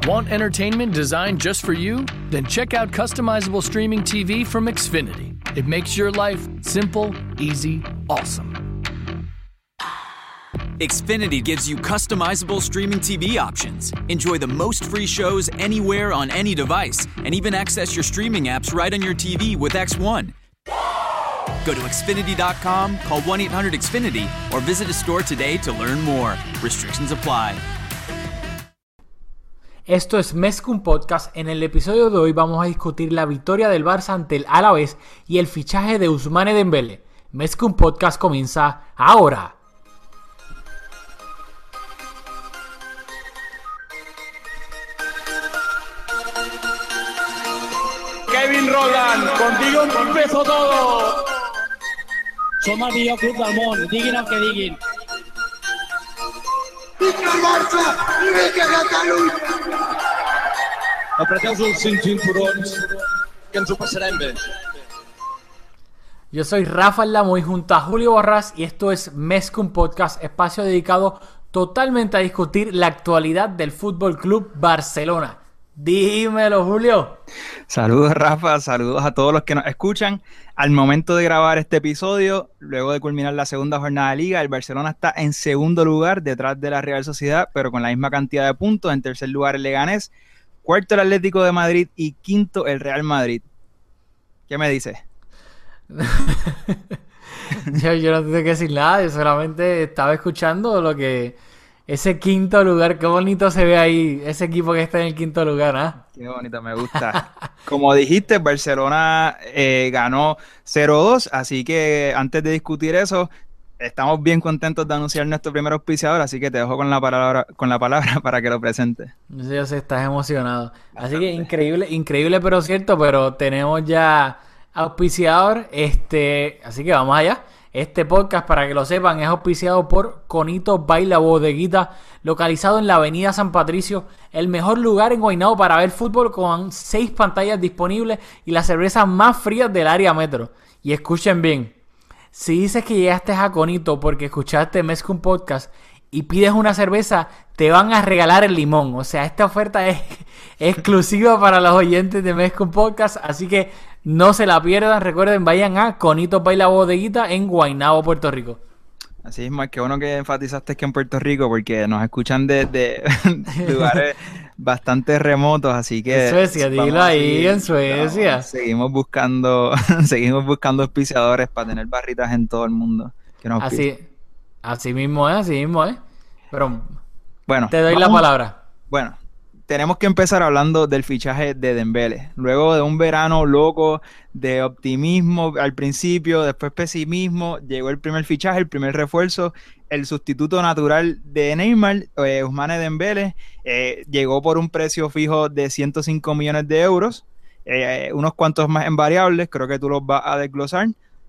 Want entertainment designed just for you? Then check out customizable streaming TV from Xfinity. It makes your life simple, easy, awesome. Xfinity gives you customizable streaming TV options. Enjoy the most free shows anywhere on any device, and even access your streaming apps right on your TV with X1. Go to Xfinity.com, call 1-800-XFINITY, or visit a store today to learn more. Restrictions apply. Esto es Mezcum Podcast. En el episodio de hoy vamos a discutir la victoria del Barça ante el Alavés y el fichaje de Ousmane Dembélé. Mezcum Podcast comienza ahora. Kevin Roland, contigo empezó todo. Som el millor club del món, diguin el que diguin. Visca el Barça i visca Catalunya! Apreteu els cinturons, que ens ho passarem bé. Yo soy Rafael Lamoy junto a Julio Borrás y esto es Mezcum Podcast, espacio dedicado totalmente a discutir la actualidad del Fútbol Club Barcelona. Dímelo, Julio. Saludos, Rafa, saludos a todos los que nos escuchan. Al momento de grabar este episodio, luego de culminar la segunda jornada de Liga, el Barcelona está en segundo lugar detrás de la Real Sociedad, pero con la misma cantidad de puntos. En tercer lugar el Leganés, cuarto el Atlético de Madrid y quinto el Real Madrid. ¿Qué me dices? yo no tengo que decir nada, yo solamente estaba escuchando lo que... Ese quinto lugar, qué bonito se ve ahí, ese equipo que está en el quinto lugar, ¿ah? Qué bonito, me gusta. Como dijiste, Barcelona ganó 0-2, así que antes de discutir eso, estamos bien contentos de anunciar nuestro primer auspiciador, así que te dejo con la palabra para que lo presentes. Yo sé, estás emocionado. Así que increíble pero cierto, pero tenemos ya auspiciador, así que vamos allá. Este podcast, para que lo sepan, es auspiciado por Conito Baila Bodeguita, localizado en la avenida San Patricio, el mejor lugar en Guaynabo para ver fútbol, con 6 pantallas disponibles y las cervezas más frías del área metro. Y escuchen bien, si dices que llegaste a Conito porque escuchaste Mezcum Podcast y pides una cerveza, te van a regalar el limón. O sea, esta oferta es exclusiva para los oyentes de Mezcum Podcast, así que no se la pierdan. Recuerden, vayan a Conito Baila Bodeguita en Guaynabo, Puerto Rico. Así mismo, es que bueno que enfatizaste que en Puerto Rico, porque nos escuchan de lugares bastante remotos, así que... En Suecia, dilo ahí, en Suecia. Seguimos buscando auspiciadores para tener barritas en todo el mundo. Que nos así mismo es. Pero bueno, te doy la palabra. Bueno, tenemos que empezar hablando del fichaje de Dembélé. Luego de un verano loco de optimismo al principio, después pesimismo, llegó el primer fichaje, el primer refuerzo, el sustituto natural de Neymar, Ousmane Dembélé. Llegó por un precio fijo de 105 millones de euros, unos cuantos más en variables, creo que tú los vas a desglosar.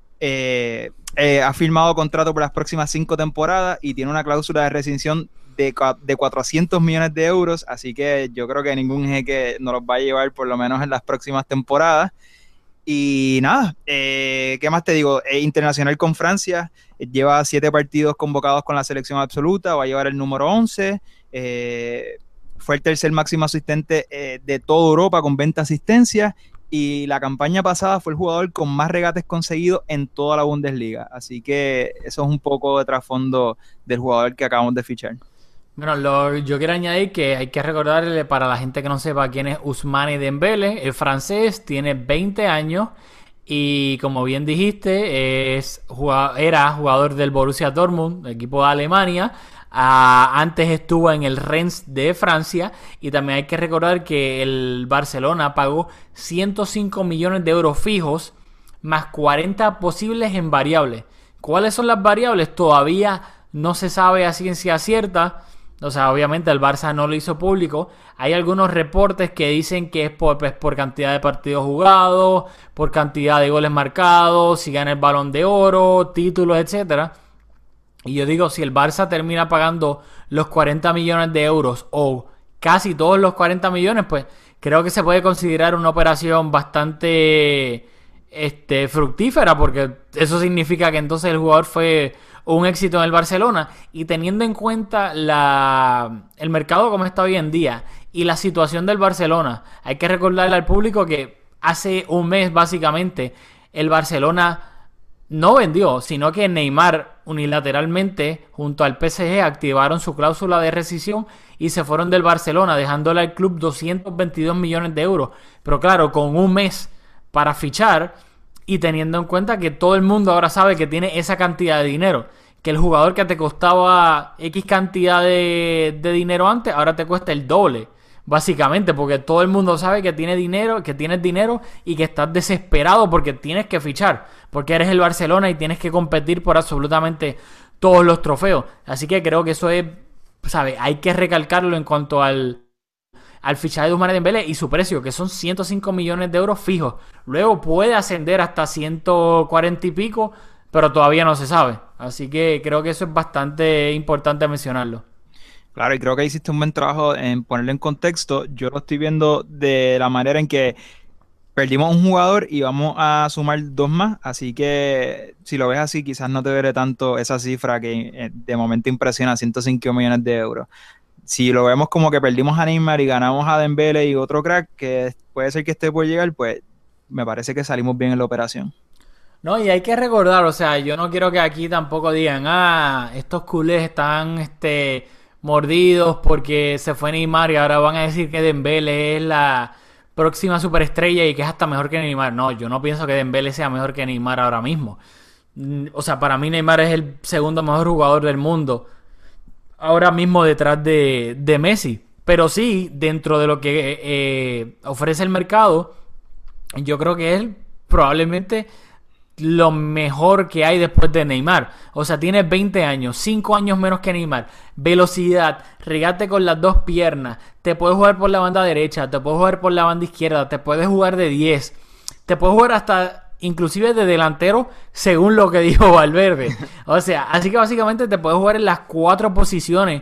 Ha firmado contrato por las próximas 5 temporadas y tiene una cláusula de rescisión de 400 millones de euros, así que yo creo que ningún jeque nos los va a llevar por lo menos en las próximas temporadas. Y nada, ¿qué más te digo? Internacional con Francia, lleva 7 partidos convocados con la selección absoluta, va a llevar el número 11, fue el tercer máximo asistente de toda Europa con 20 asistencias, y la campaña pasada fue el jugador con más regates conseguidos en toda la Bundesliga, así que eso es un poco de trasfondo del jugador que acabamos de fichar. Bueno, yo quiero añadir que hay que recordarle, para la gente que no sepa quién es Ousmane Dembélé, el francés, tiene 20 años y, como bien dijiste, era jugador del Borussia Dortmund, equipo de Alemania. Antes estuvo en el Rennes de Francia, y también hay que recordar que el Barcelona pagó 105 millones de euros fijos más 40 posibles en variables. ¿Cuáles son las variables? Todavía no se sabe a ciencia cierta. O sea, obviamente el Barça no lo hizo público. Hay algunos reportes que dicen que es por cantidad de partidos jugados, por cantidad de goles marcados, si gana el Balón de Oro, títulos, etcétera. Y yo digo, si el Barça termina pagando los 40 millones de euros o casi todos los 40 millones, pues creo que se puede considerar una operación bastante fructífera, porque eso significa que entonces el jugador fue un éxito en el Barcelona. Y teniendo en cuenta el mercado como está hoy en día y la situación del Barcelona. Hay que recordarle al público que hace un mes, básicamente, el Barcelona no vendió, sino que Neymar unilateralmente, junto al PSG, activaron su cláusula de rescisión y se fueron del Barcelona, dejándole al club 222 millones de euros. Pero claro, con un mes para fichar y teniendo en cuenta que todo el mundo ahora sabe que tiene esa cantidad de dinero, que el jugador que te costaba X cantidad de dinero antes, ahora te cuesta el doble. Básicamente, porque todo el mundo sabe que tienes dinero y que estás desesperado porque tienes que fichar, porque eres el Barcelona y tienes que competir por absolutamente todos los trofeos. Así que creo que eso es, ¿sabes? Hay que recalcarlo en cuanto al fichaje de Ousmane Dembélé y su precio, que son 105 millones de euros fijos. Luego puede ascender hasta 140 y pico, pero todavía no se sabe. Así que creo que eso es bastante importante mencionarlo. Claro, y creo que hiciste un buen trabajo en ponerlo en contexto. Yo lo estoy viendo de la manera en que perdimos un jugador y vamos a sumar 2 más, así que si lo ves así, quizás no te veré tanto esa cifra que de momento impresiona, 105 millones de euros. Si lo vemos como que perdimos a Neymar y ganamos a Dembélé y otro crack, que puede ser que esté por llegar, pues me parece que salimos bien en la operación. No, y hay que recordar, o sea, yo no quiero que aquí tampoco digan, estos culés están mordidos porque se fue Neymar y ahora van a decir que Dembélé es la próxima superestrella y que es hasta mejor que Neymar. No, yo no pienso que Dembélé sea mejor que Neymar ahora mismo. O sea, para mí Neymar es el segundo mejor jugador del mundo ahora mismo detrás de Messi. Pero sí, dentro de lo que ofrece el mercado, yo creo que él probablemente lo mejor que hay después de Neymar. O sea, tiene 20 años, 5 años menos que Neymar. Velocidad, regate con las 2 piernas. Te puedes jugar por la banda derecha, te puedes jugar por la banda izquierda, te puedes jugar de 10. Te puedes jugar hasta inclusive de delantero, según lo que dijo Valverde. O sea, así que básicamente te puedes jugar en las 4 posiciones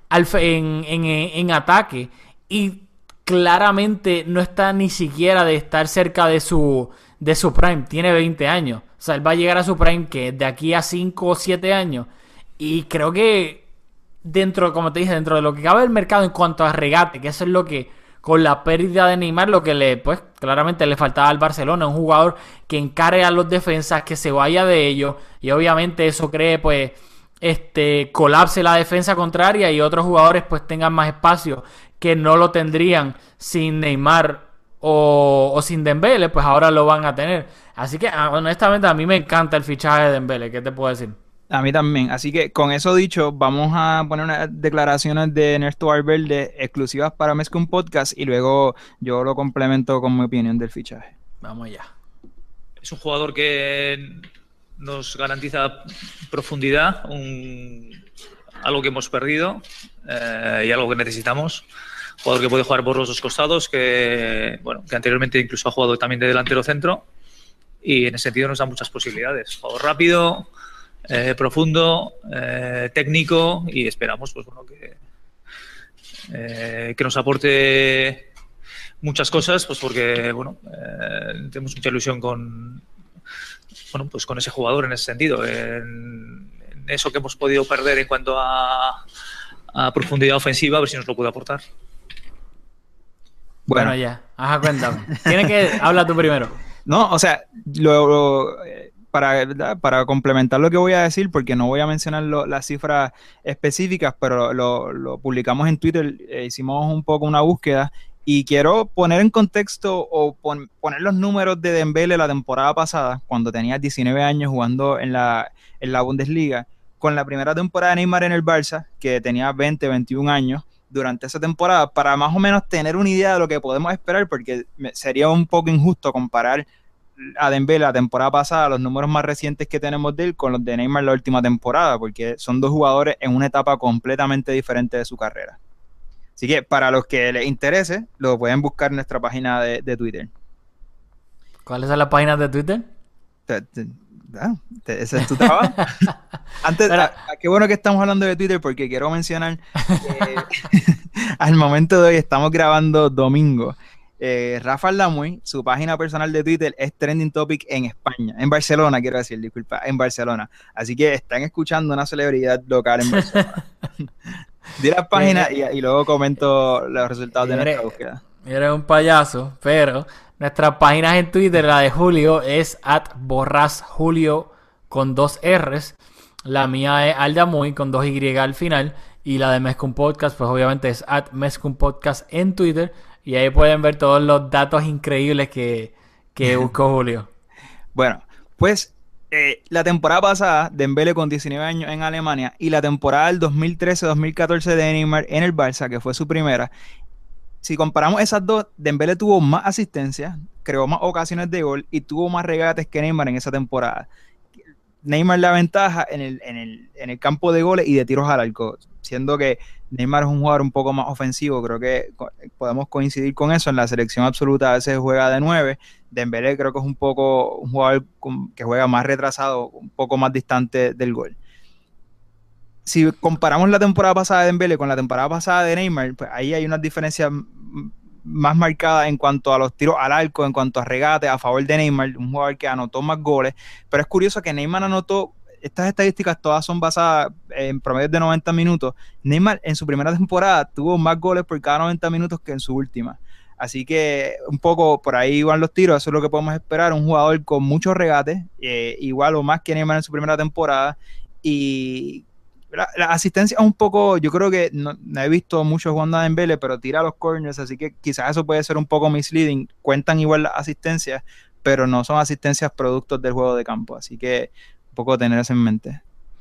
en ataque. Y claramente no está ni siquiera de estar cerca de su prime. Tiene 20 años. O sea, él va a llegar a su prime que de aquí a 5 o 7 años. Y creo que como te dije, dentro de lo que cabe del mercado en cuanto a regate, que eso es lo que, con la pérdida de Neymar, lo que claramente le faltaba al Barcelona, un jugador que encare a los defensas, que se vaya de ellos, y obviamente eso cree, colapse la defensa contraria y otros jugadores tengan más espacio que no lo tendrían sin Neymar o sin Dembélé, pues ahora lo van a tener. Así que honestamente a mí me encanta el fichaje de Dembélé, ¿qué te puedo decir? A mí también, así que con eso dicho, vamos a poner unas declaraciones de Ernesto Valverde exclusivas para Mezcum Podcast y luego yo lo complemento con mi opinión del fichaje. Vamos allá. Es un jugador que nos garantiza profundidad, algo que hemos perdido y algo que necesitamos. Jugador que puede jugar por los 2 costados, que anteriormente incluso ha jugado también de delantero centro y en ese sentido nos da muchas posibilidades. Jugador rápido, profundo, técnico y esperamos que nos aporte muchas cosas, porque tenemos mucha ilusión con ese jugador en ese sentido, en eso que hemos podido perder en cuanto a profundidad ofensiva, a ver si nos lo puede aportar. Bueno, ya. Cuéntame. Habla tú primero. No, o sea, para complementar lo que voy a decir, porque no voy a mencionar las cifras específicas, pero lo publicamos en Twitter, hicimos un poco una búsqueda y quiero poner en contexto o poner los números de Dembélé la temporada pasada, cuando tenía 19 años jugando en la Bundesliga, con la primera temporada de Neymar en el Barça, que tenía 20, 21 años, durante esa temporada, para más o menos tener una idea de lo que podemos esperar, porque sería un poco injusto comparar a Dembélé la temporada pasada, los números más recientes que tenemos de él, con los de Neymar la última temporada, porque son 2 jugadores en una etapa completamente diferente de su carrera. Así que para los que les interese, lo pueden buscar en nuestra página de Twitter. ¿Cuáles son las páginas de Twitter? Ese es tu trabajo. Antes, qué bueno que estamos hablando de Twitter, porque quiero mencionar que al momento de hoy estamos grabando domingo. Rafa Lamuy, su página personal de Twitter es trending topic en España, en Barcelona, quiero decir, disculpa, en Barcelona. Así que están escuchando una celebridad local en Barcelona. Di las páginas y luego comento los resultados de nuestra búsqueda. Eres un payaso, pero nuestras páginas en Twitter, la de Julio es @borrasjulio con 2 R's. La mía es Aldamuy con 2 Y al final. Y la de Mezcum Podcast, pues obviamente es @Mezcum Podcast en Twitter. Y ahí pueden ver todos los datos increíbles que buscó Julio. Bueno, pues la temporada pasada, Dembélé con 19 años en Alemania, y la temporada del 2013-2014 de Neymar en el Barça, que fue su primera. Si comparamos esas dos, Dembélé tuvo más asistencias, creó más ocasiones de gol y tuvo más regates que Neymar en esa temporada. Neymar la ventaja en el campo de goles y de tiros al arco, siendo que Neymar es un jugador un poco más ofensivo. Creo que podemos coincidir con eso. En la selección absoluta a veces juega de 9. Dembélé creo que es un jugador que juega más retrasado, un poco más distante del gol. Si comparamos la temporada pasada de Dembélé con la temporada pasada de Neymar, pues ahí hay unas diferencias más marcadas en cuanto a los tiros al arco, en cuanto a regates a favor de Neymar, un jugador que anotó más goles. Pero es curioso que Neymar anotó, estas estadísticas todas son basadas en promedios de 90 minutos. Neymar en su primera temporada tuvo más goles por cada 90 minutos que en su última. Así que un poco por ahí van los tiros, eso es lo que podemos esperar, un jugador con muchos regates, igual o más que Neymar en su primera temporada. Y la asistencia es un poco, yo creo que no he visto mucho jugando a Dembélé, pero tira los corners, así que quizás eso puede ser un poco misleading. Cuentan igual las asistencias, pero no son asistencias productos del juego de campo, así que un poco tener eso en mente.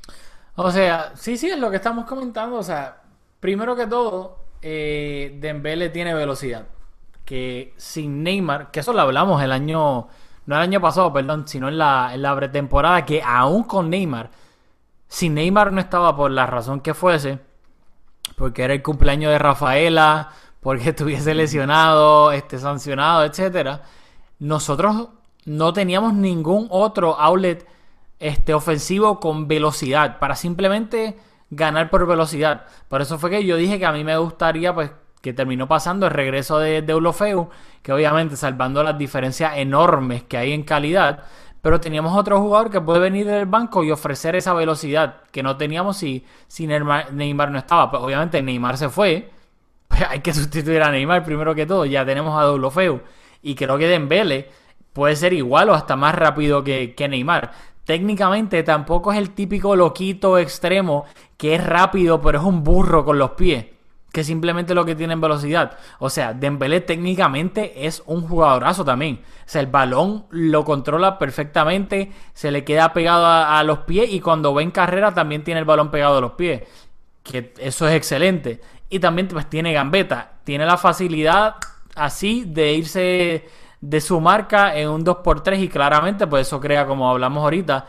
O sea, sí, es lo que estamos comentando. O sea, primero que todo, Dembélé tiene velocidad, que sin Neymar, que eso lo hablamos no el año pasado, perdón, sino en la pretemporada, que aún con Neymar, si Neymar no estaba por la razón que fuese, porque era el cumpleaños de Rafaela, porque estuviese lesionado, sancionado, etcétera, nosotros no teníamos ningún otro outlet ofensivo con velocidad para simplemente ganar por velocidad. Por eso fue que yo dije que a mí me gustaría, pues, que terminó pasando el regreso de Deulofeu, que obviamente salvando las diferencias enormes que hay en calidad, pero teníamos otro jugador que puede venir del banco y ofrecer esa velocidad que no teníamos si Neymar no estaba. Pues obviamente Neymar se fue, pues hay que sustituir a Neymar primero que todo. Ya tenemos a Deulofeu y creo que Dembélé puede ser igual o hasta más rápido que Neymar. Técnicamente tampoco es el típico loquito extremo que es rápido pero es un burro con los pies, que simplemente lo que tiene en velocidad. O sea, Dembélé técnicamente es un jugadorazo también. O sea, el balón lo controla perfectamente, se le queda pegado a los pies y cuando va en carrera también tiene el balón pegado a los pies. Que eso es excelente. Y también pues tiene gambeta. Tiene la facilidad así de irse de su marca en un 2x3 y claramente pues eso crea, como hablamos ahorita,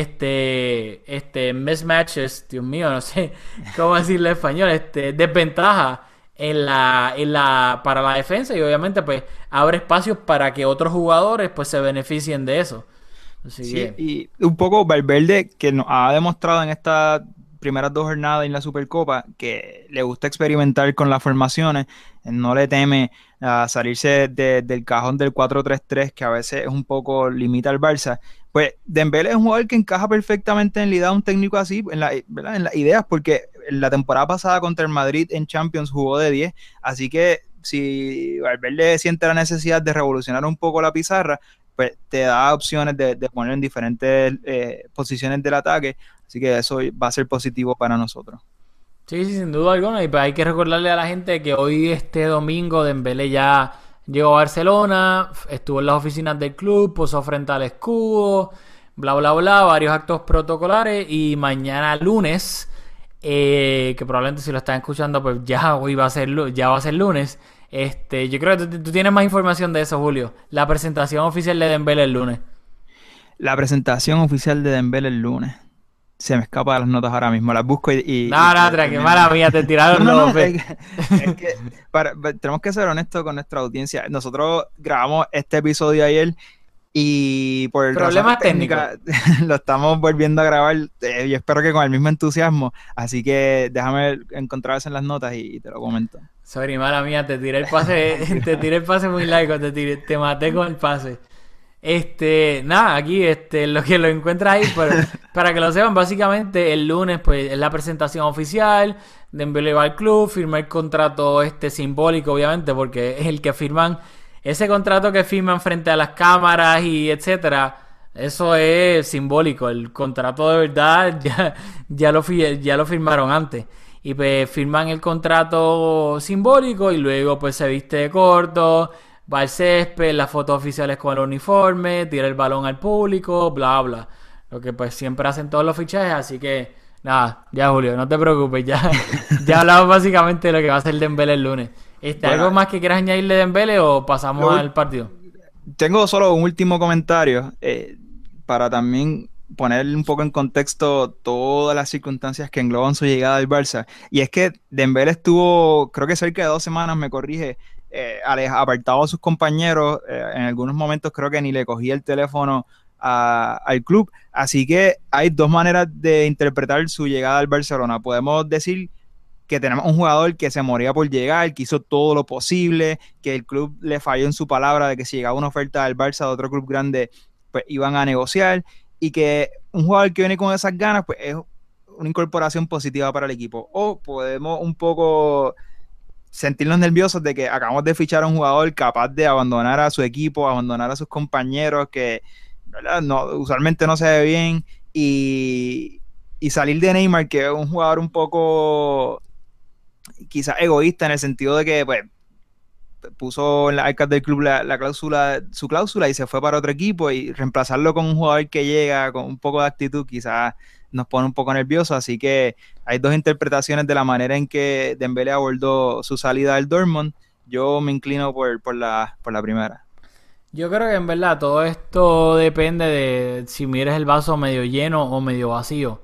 mismatches, Dios mío, no sé cómo decirle en español, desventaja para la defensa y obviamente pues abre espacios para que otros jugadores pues se beneficien de eso. Así sí, que... y un poco Valverde, que nos ha demostrado en estas primeras 2 jornadas en la Supercopa que le gusta experimentar con las formaciones, no le teme a salirse del cajón del 4-3-3 que a veces es un poco limita al Barça. Pues Dembélé es un jugador que encaja perfectamente en la idea de un técnico así, en las ideas, porque en la temporada pasada contra el Madrid en Champions jugó de 10, así que si Valverde siente la necesidad de revolucionar un poco la pizarra, pues te da opciones de poner en diferentes posiciones del ataque, así que eso va a ser positivo para nosotros. Sí, sin duda alguna, y pues hay que recordarle a la gente que hoy domingo Dembélé ya llegó a Barcelona, estuvo en las oficinas del club, posó frente al escudo, bla bla bla, varios actos protocolares, y mañana lunes, que probablemente si lo están escuchando pues ya va a ser lunes. Yo creo que tú tienes más información de eso, Julio. La presentación oficial de Dembélé el lunes. La presentación oficial de Dembélé el lunes. Se me escapa de las notas ahora mismo, las busco y que mala mía, te tiraron los es que tenemos que ser honestos con nuestra audiencia. Nosotros grabamos este episodio ayer y por problemas técnicos lo estamos volviendo a grabar. Yo espero que con el mismo entusiasmo, así que déjame encontrar eso en las notas y te lo comento. Sorry, mala mía, te tiré el pase muy largo, te maté con el pase. Nada, aquí lo que lo encuentras ahí, para que lo sepan, básicamente el lunes pues es la presentación oficial, Dembélé va al club, firma el contrato simbólico, obviamente, porque es el que firman, ese contrato que firman frente a las cámaras y etcétera, eso es simbólico, el contrato de verdad ya lo firmaron antes. Y pues firman el contrato simbólico y luego pues se viste de corto, va al césped, las fotos oficiales con el uniforme, tira el balón al público, bla, bla. Lo que pues siempre hacen todos los fichajes, así que nada, ya Julio, no te preocupes, ya hablamos básicamente de lo que va a hacer Dembélé el lunes. Bueno, ¿algo más que quieras añadirle de Dembélé o pasamos al partido? Tengo solo un último comentario para también poner un poco en contexto todas las circunstancias que engloban su llegada al Barça. Y es que Dembélé estuvo, creo que cerca de 2 semanas, me corrige, apartado de sus compañeros. En algunos momentos creo que ni le cogía el teléfono al club. Así que hay 2 maneras de interpretar su llegada al Barcelona. Podemos decir que tenemos un jugador que se moría por llegar, que hizo todo lo posible, que el club le falló en su palabra de que si llegaba una oferta del Barça de otro club grande, pues iban a negociar, y que un jugador que viene con esas ganas, pues es una incorporación positiva para el equipo. O podemos un poco sentirnos nerviosos de que acabamos de fichar a un jugador capaz de abandonar a su equipo, abandonar a sus compañeros, que ¿verdad? Usualmente no se ve bien, y salir de Neymar, que es un jugador un poco quizás egoísta en el sentido de que pues puso en las arcas del club su cláusula y se fue para otro equipo, y reemplazarlo con un jugador que llega con un poco de actitud quizás nos pone un poco nerviosos. Así que hay 2 interpretaciones de la manera en que Dembélé abordó su salida del Dortmund. Yo me inclino por la primera. Yo creo que en verdad todo esto depende de si mires el vaso medio lleno o medio vacío.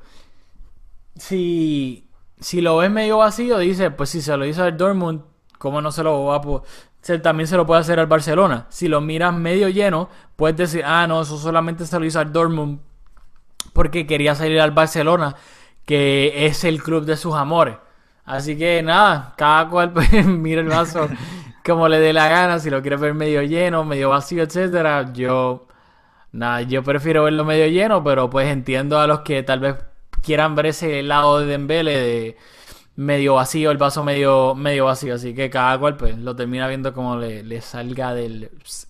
Si lo ves medio vacío, dices, pues si se lo hizo al Dortmund, ¿cómo no se lo va a también se lo puede hacer al Barcelona? Si lo miras medio lleno, puedes decir, no, eso solamente se lo hizo al Dortmund porque quería salir al Barcelona, que es el club de sus amores. Así que nada, cada cual mira el vaso como le dé la gana, si lo quiere ver medio lleno, medio vacío, etcétera. Yo prefiero verlo medio lleno, pero pues entiendo a los que tal vez quieran ver ese lado de Dembélé de medio vacío, el vaso medio vacío. Así que cada cual pues lo termina viendo como le salga del...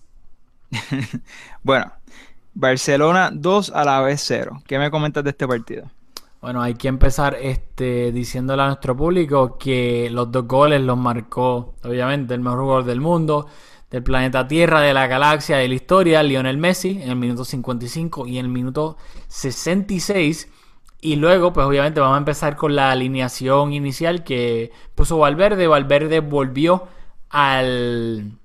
Bueno, Barcelona 2-0. ¿Qué me comentas de este partido? Bueno, hay que empezar diciéndole a nuestro público que los 2 goles los marcó, obviamente, el mejor jugador del mundo, del planeta Tierra, de la galaxia, de la historia, Lionel Messi, en el minuto 55 y en el minuto 66. Y luego, pues obviamente vamos a empezar con la alineación inicial que puso Valverde. Valverde volvió al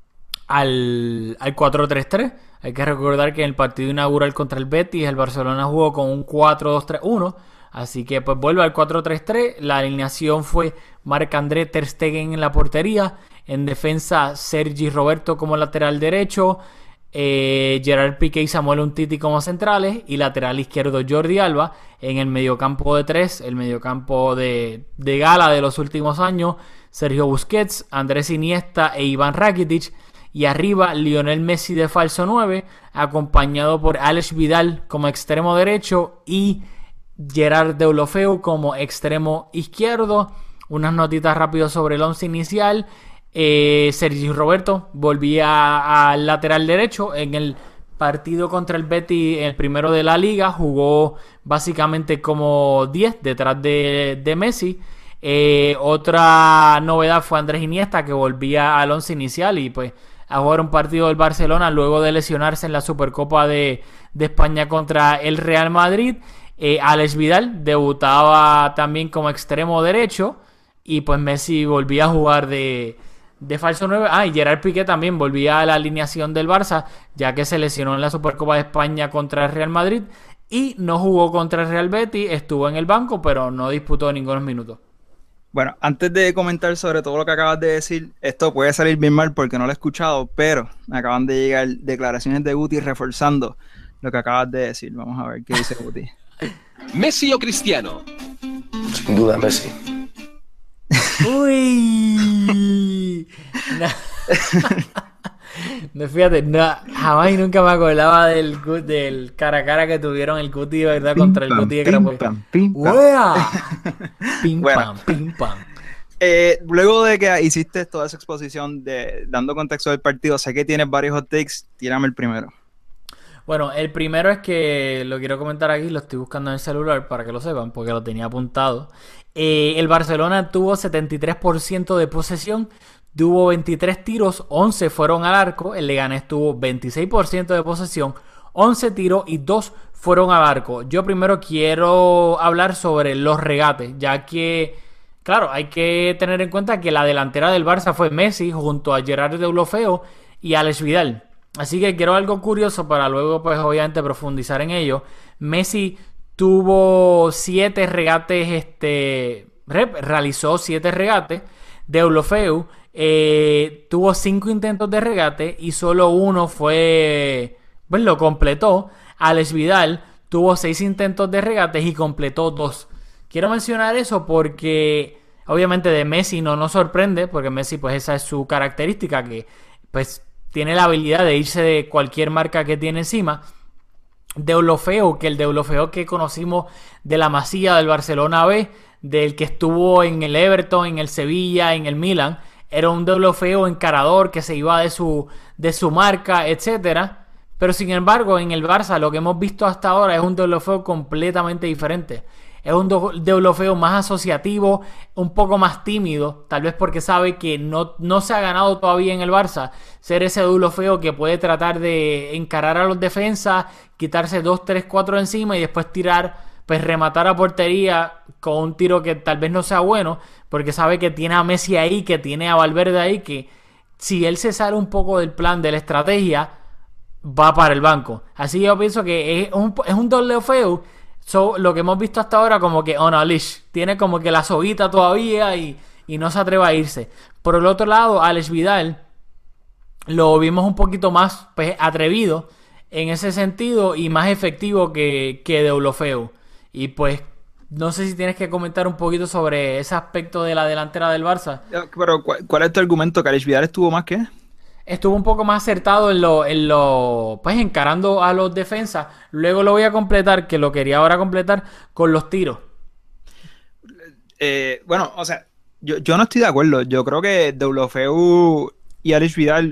4-3-3. Hay que recordar que en el partido inaugural contra el Betis, el Barcelona jugó con un 4-2-3-1. Así que pues vuelve al 4-3-3. La alineación fue Marc-André ter Stegen en la portería. En defensa, Sergi Roberto como lateral derecho. Gerard Piqué y Samuel Umtiti como centrales, y lateral izquierdo Jordi Alba. En el mediocampo de 3, el mediocampo de gala de los últimos años, Sergio Busquets, Andrés Iniesta e Iván Rakitic. Y arriba Lionel Messi de falso 9, acompañado por Alex Vidal como extremo derecho y Gerard Deulofeu como extremo izquierdo. Unas notitas rápidas sobre el 11 inicial. Sergi Roberto volvía al lateral derecho. En el partido contra el Betis, el primero de la liga, jugó básicamente como 10 detrás de Messi. Otra novedad fue Andrés Iniesta, que volvía al 11 inicial y pues a jugar un partido del Barcelona luego de lesionarse en la Supercopa de España contra el Real Madrid. Alex Vidal debutaba también como extremo derecho y pues Messi volvía a jugar de falso 9. Y Gerard Piqué también volvía a la alineación del Barça, ya que se lesionó en la Supercopa de España contra el Real Madrid y no jugó contra el Real Betis. Estuvo en el banco, pero no disputó ningunos minutos. Bueno, antes de comentar sobre todo lo que acabas de decir, esto puede salir bien mal porque no lo he escuchado, pero me acaban de llegar declaraciones de Guti reforzando lo que acabas de decir. Vamos a ver qué dice Guti. ¿Messi o Cristiano? Sin duda Messi. Uy. Fíjate, jamás y nunca me acordaba del cara a cara que tuvieron el Cuti, ¿verdad? Contra el Cuti de Carabobo. ¡Wea! Pim, pam, pim, pam. Luego de que hiciste toda esa exposición dando contexto del partido, sé que tienes varios hot takes, tírame el primero. Bueno, el primero es que lo quiero comentar aquí, lo estoy buscando en el celular para que lo sepan, porque lo tenía apuntado. El Barcelona tuvo 73% de posesión, tuvo 23 tiros, 11 fueron al arco. El Leganés tuvo 26% de posesión, 11 tiros y 2 fueron al arco. Yo primero quiero hablar sobre los regates, ya que, claro, hay que tener en cuenta que la delantera del Barça fue Messi junto a Gerard Deulofeu y Alex Vidal. Así que quiero algo curioso para luego, pues obviamente, profundizar en ello. Messi tuvo 7 regates, realizó 7 regates. Deulofeu tuvo 5 intentos de regate y solo uno fue, pues lo completó. Alex Vidal tuvo 6 intentos de regates y completó 2. Quiero mencionar eso porque obviamente de Messi no nos sorprende, porque Messi, pues esa es su característica, que pues tiene la habilidad de irse de cualquier marca que tiene encima. Deulofeu, que el Deulofeu que conocimos de la Masía del Barcelona B, del que estuvo en el Everton, en el Sevilla, en el Milan, era un Deulofeu encarador que se iba de su marca, etcétera. Pero sin embargo, en el Barça lo que hemos visto hasta ahora es un Deulofeu completamente diferente. Es un Deulofeu más asociativo, un poco más tímido, tal vez porque sabe que no se ha ganado todavía en el Barça ser ese Deulofeu que puede tratar de encarar a los defensas, quitarse 2, 3, 4 encima y después tirar, pues rematar a portería con un tiro que tal vez no sea bueno, porque sabe que tiene a Messi ahí, que tiene a Valverde ahí, que si él se sale un poco del plan, de la estrategia, va para el banco. Así yo pienso que es un Deulofeu. Lo que hemos visto hasta ahora como que on a leash, tiene como que la soguita todavía y no se atreve a irse. Por el otro lado, Alex Vidal lo vimos un poquito más, pues, atrevido en ese sentido y más efectivo que Deulofeu. Y pues no sé si tienes que comentar un poquito sobre ese aspecto de la delantera del Barça. Pero ¿cuál es tu argumento? ¿Que Alex Vidal estuvo más que? Estuvo un poco más acertado pues encarando a los defensas. Luego lo voy a completar, que lo quería ahora completar, con los tiros. Bueno, o sea, yo no estoy de acuerdo. Yo creo que Deulofeu y Alex Vidal,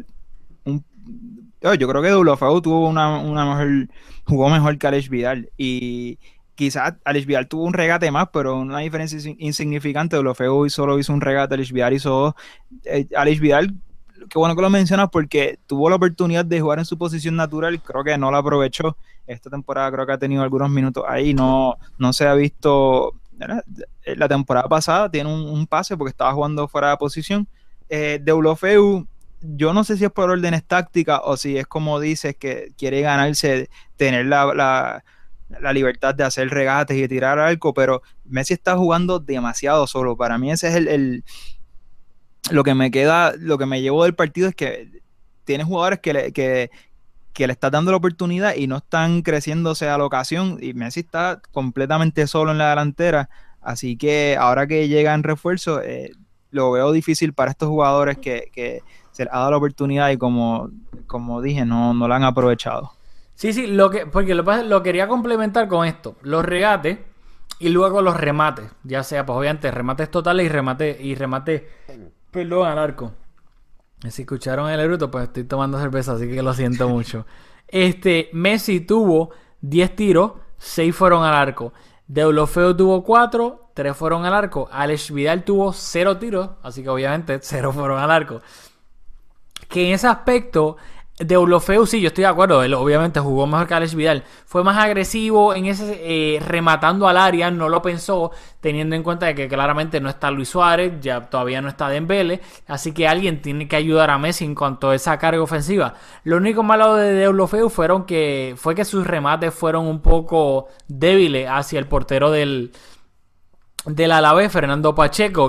yo creo que Deulofeu tuvo jugó mejor que Alex Vidal. Y quizás Alex Vidal tuvo un regate más, pero una diferencia insignificante. Deulofeu solo hizo un regate, Alex Vidal hizo 2. Alex Vidal, qué bueno que lo mencionas, porque tuvo la oportunidad de jugar en su posición natural, creo que no la aprovechó. Esta temporada creo que ha tenido algunos minutos ahí, no se ha visto. La temporada pasada tiene un pase porque estaba jugando fuera de posición. Deulofeu, yo no sé si es por órdenes tácticas o si es como dices, que quiere ganarse, tener la libertad de hacer regates y de tirar al arco, pero Messi está jugando demasiado solo. Para mí ese es lo que me llevo del partido, es que tiene jugadores que le está dando la oportunidad y no están creciéndose a la ocasión, y Messi está completamente solo en la delantera, así que ahora que llega en refuerzo, lo veo difícil para estos jugadores que se les ha dado la oportunidad y como dije, no la han aprovechado. Sí, porque lo quería complementar con esto, los regates y luego los remates, ya sea, pues obviamente remates totales y remate perdón, al arco. Si escucharon el eruto, pues estoy tomando cerveza, así que lo siento mucho. Messi tuvo 10 tiros, 6 fueron al arco. Deulofeu tuvo 4, 3 fueron al arco. Alex Vidal tuvo 0 tiros, así que obviamente 0 fueron al arco. Que en ese aspecto, Deulofeu, sí, yo estoy de acuerdo, él obviamente jugó mejor que Alex Vidal, fue más agresivo en ese rematando al área, no lo pensó, teniendo en cuenta de que claramente no está Luis Suárez, ya todavía no está Dembélé, así que alguien tiene que ayudar a Messi en cuanto a esa carga ofensiva. Lo único malo de Deulofeu fue que sus remates fueron un poco débiles hacia el portero del Alavés, Fernando Pacheco,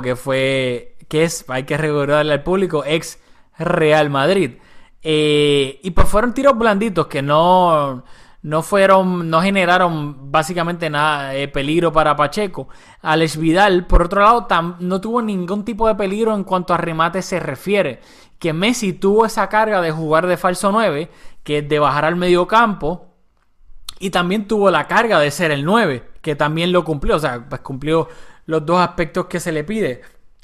hay que recordarle al público, ex Real Madrid. Y pues fueron tiros blanditos que no no generaron básicamente nada de peligro para Pacheco. Alex Vidal, por otro lado, no tuvo ningún tipo de peligro en cuanto a remate se refiere. Que Messi tuvo esa carga de jugar de falso 9, que es de bajar al medio campo, y también tuvo la carga de ser el 9, que también lo cumplió, o sea, pues cumplió los dos aspectos que se le pide.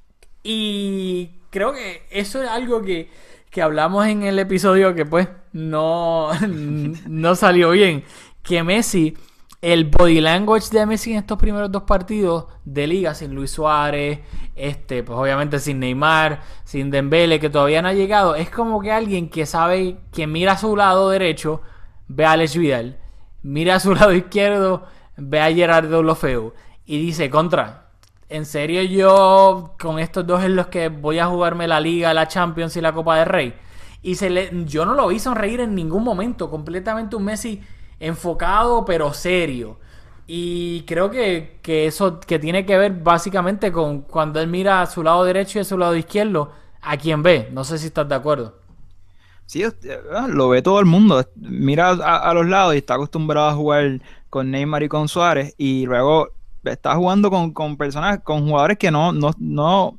Y creo que eso es algo que hablamos en el episodio que pues no salió bien. Que Messi, el body language de Messi en estos primeros 2 partidos de liga, sin Luis Suárez, pues obviamente sin Neymar, sin Dembélé, que todavía no ha llegado, es como que alguien que sabe, que mira a su lado derecho, ve a Alex Vidal, mira a su lado izquierdo, ve a Gerardo Lofeu y dice, ¿en serio yo con estos dos en los que voy a jugarme la Liga, la Champions y la Copa del Rey? Y yo no lo vi sonreír en ningún momento. Completamente un Messi enfocado pero serio. Y creo que eso que tiene que ver básicamente con cuando él mira a su lado derecho y a su lado izquierdo, a quien ve. No sé si estás de acuerdo. Sí, lo ve todo el mundo. Mira a los lados y está acostumbrado a jugar con Neymar y con Suárez. Y luego está jugando con personas, con jugadores que no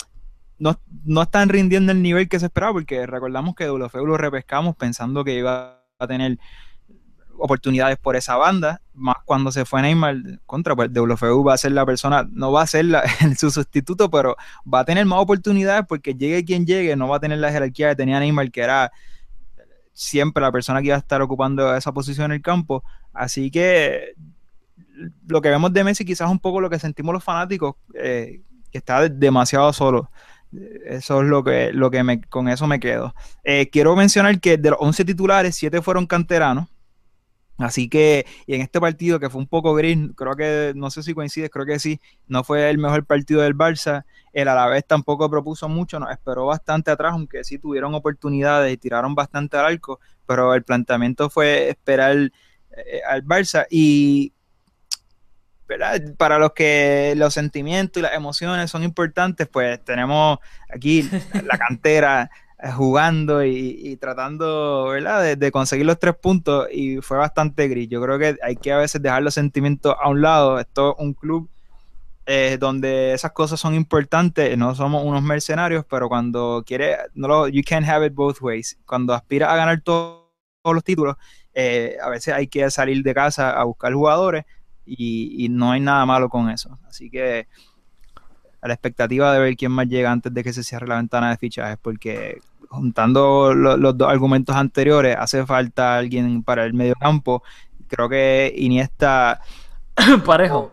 están rindiendo el nivel que se esperaba, porque recordamos que Deulofeu lo repescamos pensando que iba a tener oportunidades por esa banda, más cuando se fue Neymar pues Deulofeu va a ser la persona, no va a ser su sustituto, pero va a tener más oportunidades porque llegue quien llegue, no va a tener la jerarquía que tenía Neymar, que era siempre la persona que iba a estar ocupando esa posición en el campo. Así que lo que vemos de Messi quizás es un poco lo que sentimos los fanáticos, que está demasiado solo. Eso es lo que con eso me quedo. Quiero mencionar que de los 11 titulares, 7 fueron canteranos. Así que, y en este partido que fue un poco gris, creo que, no sé si coincides, creo que sí, no fue el mejor partido del Barça. El Alavés tampoco propuso mucho, nos esperó bastante atrás, aunque sí tuvieron oportunidades y tiraron bastante al arco, pero el planteamiento fue esperar al Barça. Y ¿verdad? Para los que los sentimientos y las emociones son importantes, pues tenemos aquí la cantera jugando y tratando, ¿verdad? De conseguir los 3 puntos, y fue bastante gris. Yo creo que hay que a veces dejar los sentimientos a un lado. Esto es un club donde esas cosas son importantes, no somos unos mercenarios, pero cuando quieres, you can't have it both ways. Cuando aspiras a ganar todos los títulos, a veces hay que salir de casa a buscar jugadores, y no hay nada malo con eso. Así que a la expectativa de ver quién más llega antes de que se cierre la ventana de fichajes, porque juntando los dos argumentos anteriores, hace falta alguien para el medio campo. Creo que Iniesta parejo.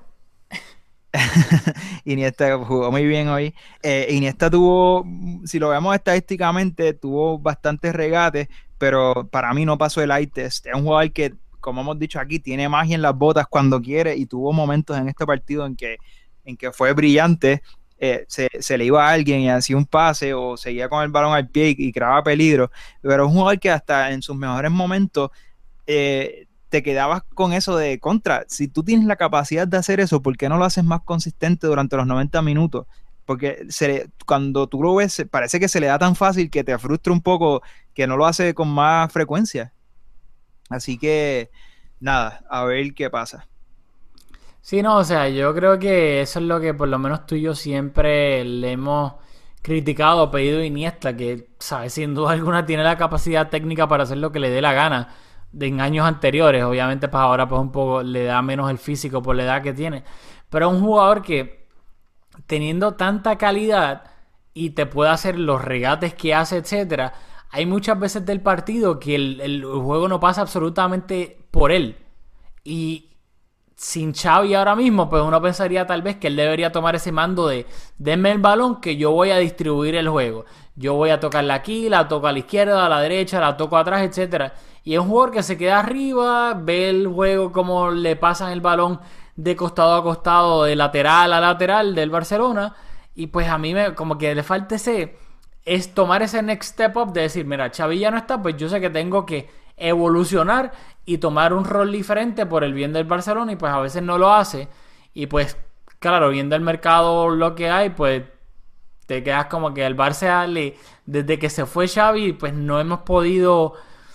Iniesta jugó muy bien hoy. Iniesta tuvo, si lo vemos estadísticamente, tuvo bastantes regates, pero para mí no pasó el eye test. Es un jugador que, como hemos dicho aquí, tiene magia en las botas cuando quiere, y tuvo momentos en este partido en que fue brillante. Se le iba a alguien y hacía un pase o seguía con el balón al pie y creaba peligro, pero es un jugador que hasta en sus mejores momentos te quedabas con eso de contra. Si tú tienes la capacidad de hacer eso, ¿por qué no lo haces más consistente durante los 90 minutos? Porque cuando tú lo ves, parece que se le da tan fácil que te frustra un poco, que no lo hace con más frecuencia. Así que nada, a ver qué pasa. Sí, no, o sea, yo creo que eso es lo que por lo menos tú y yo siempre le hemos criticado, pedido a Iniesta, que, ¿sabes? Sin duda alguna tiene la capacidad técnica para hacer lo que le dé la gana en años anteriores. Obviamente, pues ahora pues un poco le da menos el físico por la edad que tiene. Pero es un jugador que, teniendo tanta calidad y te puede hacer los regates que hace, etcétera, hay muchas veces del partido que el juego no pasa absolutamente por él. Y sin Xavi ahora mismo, pues uno pensaría tal vez que él debería tomar ese mando de denme el balón que yo voy a distribuir el juego. Yo voy a tocarla aquí, la toco a la izquierda, a la derecha, la toco atrás, etcétera. Y es un jugador que se queda arriba, ve el juego como le pasan el balón de costado a costado, de lateral a lateral del Barcelona. Y pues a mí como que le falta es tomar ese next step up de decir, mira, Xavi ya no está, pues yo sé que tengo que evolucionar y tomar un rol diferente por el bien del Barcelona, y pues a veces no lo hace, y pues claro, viendo el mercado lo que hay, pues te quedas como que el Barça desde que se fue Xavi, pues no hemos podido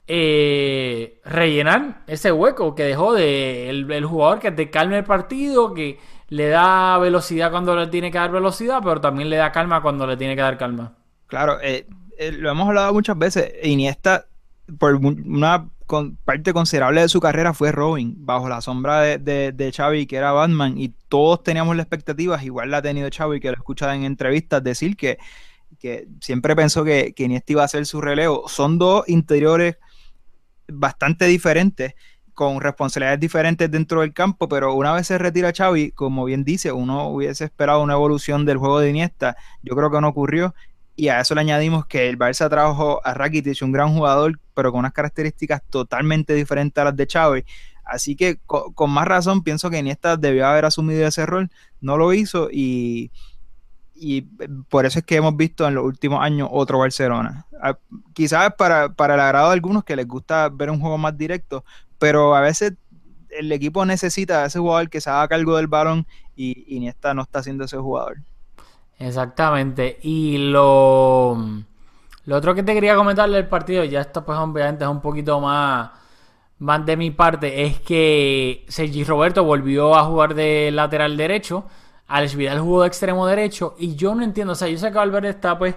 rellenar ese hueco que dejó el jugador que te calme el partido, que le da velocidad cuando le tiene que dar velocidad, pero también le da calma cuando le tiene que dar calma. Claro, lo hemos hablado muchas veces. Iniesta, por una parte considerable de su carrera, fue Robin, bajo la sombra de Xavi, que era Batman, y todos teníamos las expectativas, igual la ha tenido Xavi, que lo he escuchado en entrevistas decir que siempre pensó que Iniesta iba a ser su relevo. Son dos interiores bastante diferentes, con responsabilidades diferentes dentro del campo, pero una vez se retira Xavi, como bien dice, uno hubiese esperado una evolución del juego de Iniesta. Yo creo que no ocurrió, y a eso le añadimos que el Barça trajo a Rakitic, un gran jugador, pero con unas características totalmente diferentes a las de Xavi. Así que con más razón pienso que Iniesta debió haber asumido ese rol, no lo hizo, y por eso es que hemos visto en los últimos años otro Barcelona. Quizás para el agrado de algunos que les gusta ver un juego más directo, pero a veces el equipo necesita a ese jugador que se haga cargo del balón, y Iniesta no está siendo ese jugador. Exactamente. Y lo otro que te quería comentar del partido, ya esto pues obviamente es un poquito más de mi parte, es que Sergi Roberto volvió a jugar de lateral derecho, Alex Vidal jugó de extremo derecho, y yo no entiendo, o sea, yo sé que Valverde está pues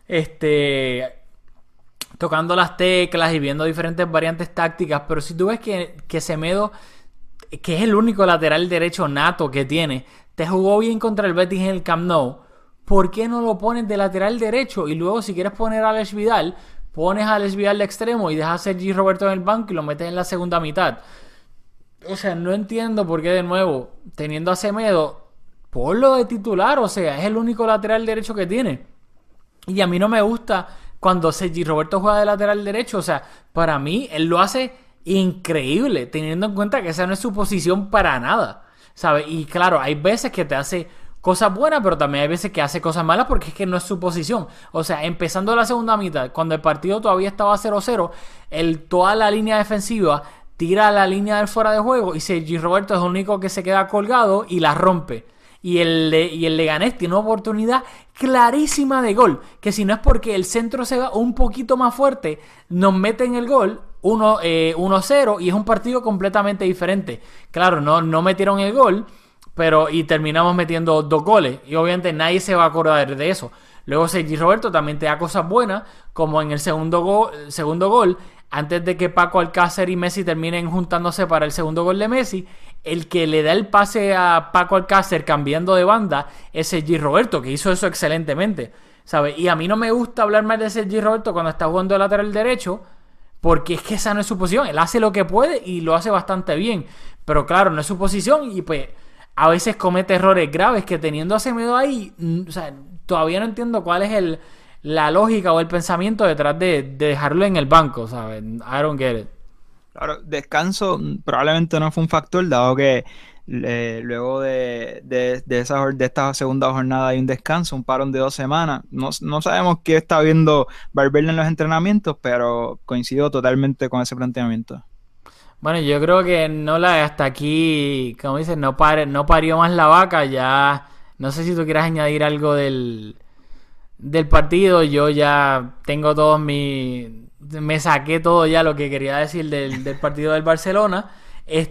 tocando las teclas y viendo diferentes variantes tácticas, pero si tú ves que Semedo, que es el único lateral derecho nato que tiene, te jugó bien contra el Betis en el Camp Nou, ¿por qué no lo pones de lateral derecho? Y luego, si quieres poner a Alex Vidal, pones a Alex Vidal de extremo y dejas a Sergi Roberto en el banco y lo metes en la segunda mitad. O sea, no entiendo por qué, de nuevo, teniendo a Semedo, ponlo de titular. O sea, es el único lateral derecho que tiene. Y a mí no me gusta cuando Sergi Roberto juega de lateral derecho. O sea, para mí, él lo hace increíble, teniendo en cuenta que esa no es su posición para nada, ¿sabes? Y claro, hay veces que te hace cosas buenas, pero también hay veces que hace cosas malas porque es que no es su posición. O sea, empezando la segunda mitad, cuando el partido todavía estaba 0-0, toda la línea defensiva tira a la línea del fuera de juego y Sergi Roberto es el único que se queda colgado y la rompe. Y el Leganés tiene una oportunidad clarísima de gol, que si no es porque el centro se va un poquito más fuerte, nos meten el gol 1-0 y es un partido completamente diferente. Claro, no metieron el gol, y terminamos metiendo 2 goles. Y obviamente nadie se va a acordar de eso. Luego Sergi Roberto también te da cosas buenas, como en el segundo gol, antes de que Paco Alcácer y Messi terminen juntándose para el segundo gol de Messi, el que le da el pase a Paco Alcácer cambiando de banda es Sergi Roberto, que hizo eso excelentemente, ¿sabes? Y a mí no me gusta hablar más de Sergi Roberto cuando está jugando de lateral derecho, porque es que esa no es su posición. Él hace lo que puede y lo hace bastante bien, pero claro, no es su posición, y pues a veces comete errores graves que, teniendo a Semedo ahí, o sea, todavía no entiendo cuál es la lógica o el pensamiento detrás de dejarlo en el banco, ¿sabes? I don't get it. Claro, descanso probablemente no fue un factor, dado que luego de esta segunda jornada hay un descanso, un parón de 2 semanas. No sabemos qué está viendo Valverde en los entrenamientos, pero coincido totalmente con ese planteamiento. Bueno, yo creo que hasta aquí, como dices, no parió más la vaca. Ya no sé si tú quieras añadir algo del partido. Yo ya tengo me saqué todo ya lo que quería decir del partido del Barcelona. Hay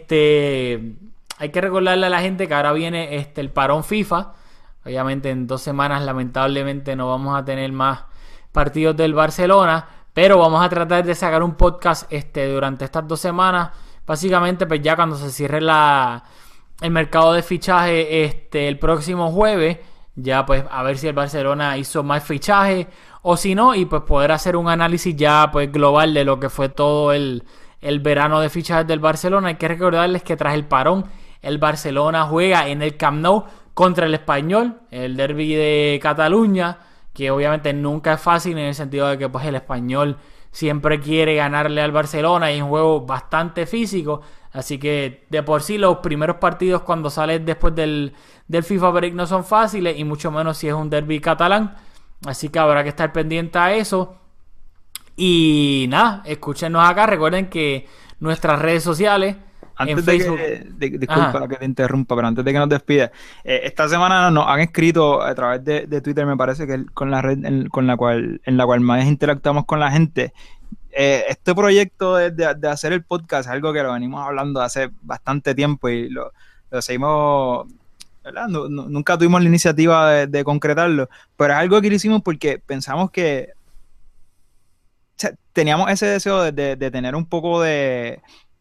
que recordarle a la gente que ahora viene el parón FIFA. Obviamente en 2 semanas lamentablemente no vamos a tener más partidos del Barcelona, pero vamos a tratar de sacar un podcast durante estas 2 semanas. Básicamente, pues ya cuando se cierre el mercado de fichaje el próximo jueves, ya pues a ver si el Barcelona hizo más fichajes o si no, y pues poder hacer un análisis ya pues global de lo que fue todo el verano de fichajes del Barcelona. Hay que recordarles que tras el parón, el Barcelona juega en el Camp Nou contra el Español, el derbi de Cataluña, que obviamente nunca es fácil, en el sentido de que pues el Español siempre quiere ganarle al Barcelona y es un juego bastante físico. Así que de por sí los primeros partidos cuando sales después del FIFA Break no son fáciles, y mucho menos si es un derbi catalán. Así que habrá que estar pendiente a eso. Y nada, escúchenos acá. Recuerden que nuestras redes sociales, antes en Facebook... disculpa que te interrumpa, pero antes de que nos despidas, esta semana nos han escrito a través de Twitter, me parece que es con la red en la cual más interactuamos con la gente. este proyecto de hacer el podcast es algo que lo venimos hablando hace bastante tiempo y lo seguimos, ¿verdad? Nunca tuvimos la iniciativa de concretarlo, pero es algo que lo hicimos porque pensamos que teníamos ese deseo de tener un poco de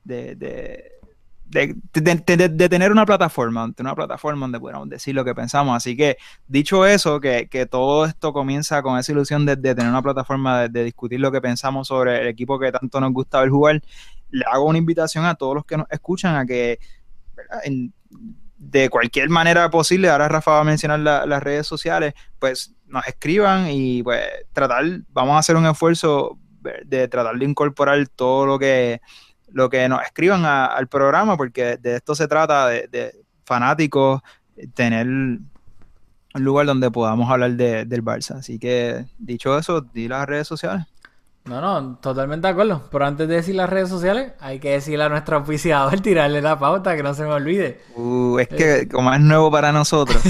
tener una plataforma donde pudiéramos decir lo que pensamos. Así que, dicho eso, que todo esto comienza con esa ilusión de tener una plataforma de discutir lo que pensamos sobre el equipo que tanto nos gusta ver jugar, le hago una invitación a todos los que nos escuchan a que, ¿verdad? De cualquier manera posible, ahora Rafa va a mencionar las redes sociales, pues nos escriban y pues vamos a hacer un esfuerzo de tratar de incorporar todo lo que nos escriban al programa, porque de esto se trata, de fanáticos, tener un lugar donde podamos hablar del Barça. Así que, dicho eso, di las redes sociales. No, totalmente de acuerdo. Pero antes de decir las redes sociales, hay que decirle a nuestro auspiciador, tirarle la pauta, que no se me olvide. Es que como es nuevo para nosotros.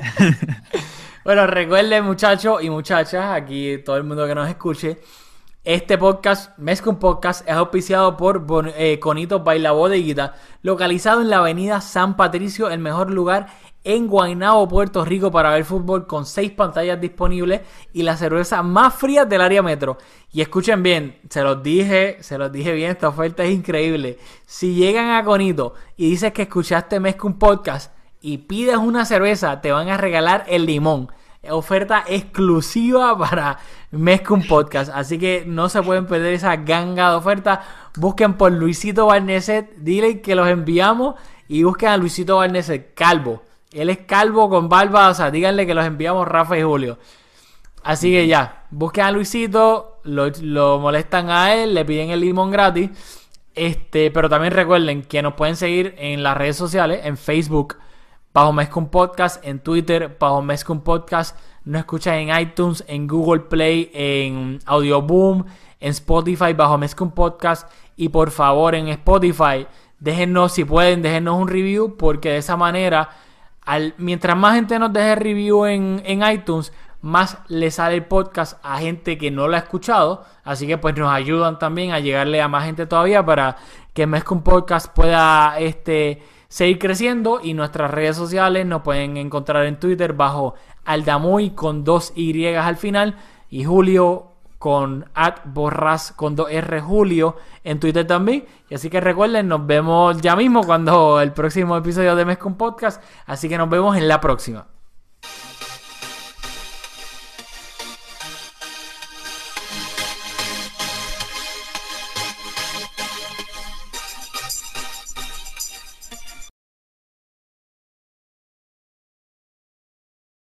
Bueno, recuerden, muchachos y muchachas, aquí todo el mundo que nos escuche, este podcast, Mezcum Podcast, es auspiciado por Conitos by La Bodeguita, localizado en la avenida San Patricio, el mejor lugar en Guaynabo, Puerto Rico, para ver fútbol, con 6 pantallas disponibles y la cerveza más fría del área metro. Y escuchen bien, se los dije bien, esta oferta es increíble. Si llegan a Conito y dices que escuchaste Mezcum Podcast y pides una cerveza, te van a regalar el limón. Oferta exclusiva para Mezcum Podcast. Así que no se pueden perder esa ganga de ofertas. Busquen por Luisito Barneset, dile que los enviamos, y busquen a Luisito Barneset, calvo. Él es calvo con barba, o sea, díganle que los enviamos Rafa y Julio. Así que ya, busquen a Luisito, lo molestan a él, le piden el limón gratis. Pero también recuerden que nos pueden seguir en las redes sociales, en Facebook bajo Mezcum Podcast, en Twitter bajo Mezcum Podcast, nos escuchan en iTunes, en Google Play, en Audioboom, en Spotify bajo Mezcum Podcast, y por favor en Spotify déjennos, si pueden, déjennos un review, porque de esa manera, mientras más gente nos deje review en iTunes, más le sale el podcast a gente que no lo ha escuchado. Así que pues nos ayudan también a llegarle a más gente todavía, para que Mezcum Podcast pueda seguir creciendo. Y nuestras redes sociales nos pueden encontrar en Twitter bajo Aldamuy con 2 Y al final, y Julio con @borras con 2R Julio en Twitter también. Y así que recuerden, nos vemos ya mismo cuando el próximo episodio de Mezcum Podcast. Así que nos vemos en la próxima.